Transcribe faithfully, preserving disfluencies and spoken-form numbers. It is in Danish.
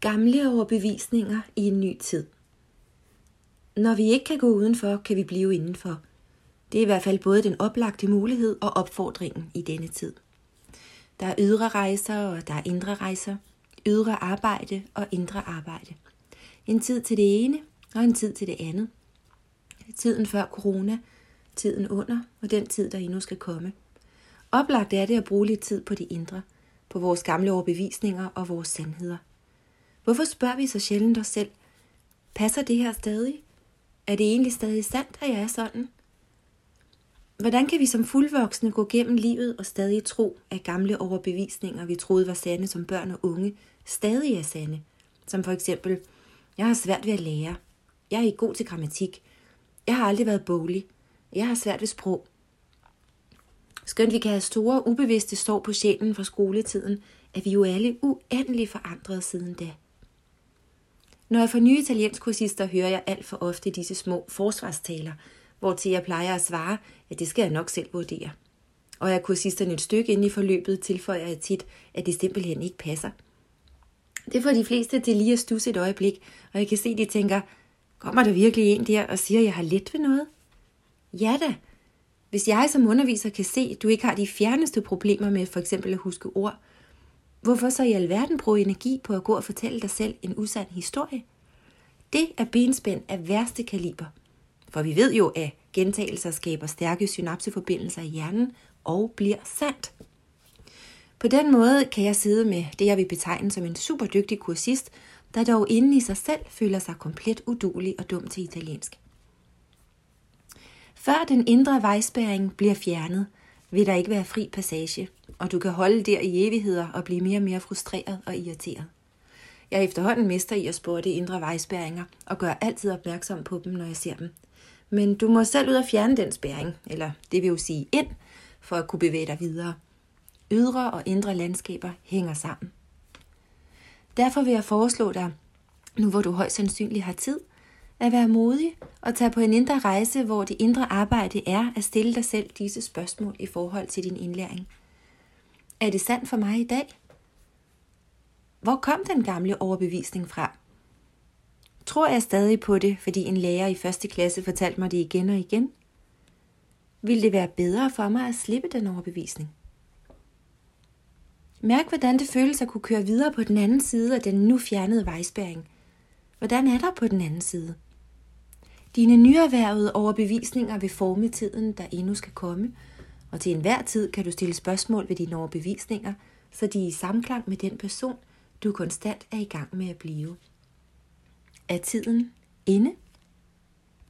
Gamle overbevisninger i en ny tid. Når vi ikke kan gå udenfor, kan vi blive indenfor. Det er i hvert fald både den oplagte mulighed og opfordringen i denne tid. Der er ydre rejser, og der er indre rejser. Ydre arbejde og indre arbejde. En tid til det ene, og en tid til det andet. Tiden før corona, tiden under, og den tid, der endnu skal komme. Oplagt er det at bruge lidt tid på det indre, på vores gamle overbevisninger og vores sandheder. Hvorfor spørger vi så sjældent os selv, passer det her stadig? Er det egentlig stadig sandt, at jeg er sådan? Hvordan kan vi som fuldvoksne gå gennem livet og stadig tro, at gamle overbevisninger, vi troede var sande som børn og unge, stadig er sande? Som for eksempel, jeg har svært ved at lære. Jeg er ikke god til grammatik. Jeg har aldrig været boglig. Jeg har svært ved sprog. Skønt vi kan have store, ubevidste sår på sjælen fra skoletiden, er vi jo alle uendelig forandrede siden da. Når jeg får nye italienskkursister, hører jeg alt for ofte disse små forsvarstaler, hvor til jeg plejer at svare, at det skal jeg nok selv vurdere. Og er kursisterne et stykke inde i forløbet, tilføjer jeg tit, at det simpelthen ikke passer. Det får de fleste til lige at studse et øjeblik, og jeg kan se, at de tænker, kommer der virkelig en der og siger, at jeg har let ved noget? Ja da. Hvis jeg som underviser kan se, at du ikke har de fjerneste problemer med for eksempel at huske ord, hvorfor så i alverden bruge energi på at gå og fortælle dig selv en usand historie? Det er benspænd af værste kaliber. For vi ved jo, at gentagelser skaber stærke synapseforbindelser i hjernen og bliver sandt. På den måde kan jeg sidde med det, jeg vil betegne som en super dygtig kursist, der dog inde i sig selv føler sig komplet uduelig og dum til italiensk. Før den indre vejspærring bliver fjernet, vil der ikke være fri passage, og du kan holde der i evigheder og blive mere og mere frustreret og irriteret. Jeg er efterhånden mester i at spotte indre vejspærringer og gør altid opmærksom på dem, når jeg ser dem. Men du må selv ud og fjerne den spærring, eller det vil jo sige ind, for at kunne bevæge dig videre. Ydre og indre landskaber hænger sammen. Derfor vil jeg foreslå dig, nu hvor du højst sandsynligt har tid, at være modig og tage på en indre rejse, hvor det indre arbejde er at stille dig selv disse spørgsmål i forhold til din indlæring. Er det sandt for mig i dag? Hvor kom den gamle overbevisning fra? Tror jeg stadig på det, fordi en lærer i første klasse fortalte mig det igen og igen? Vil det være bedre for mig at slippe den overbevisning? Mærk, hvordan det føles at kunne køre videre på den anden side af den nu fjernede vejspærring. Hvordan er der på den anden side? Dine nyerhvervede overbevisninger vil forme tiden, der endnu skal komme, og til enhver tid kan du stille spørgsmål ved dine overbevisninger, så de er i samklang med den person, du konstant er i gang med at blive. Er tiden inde?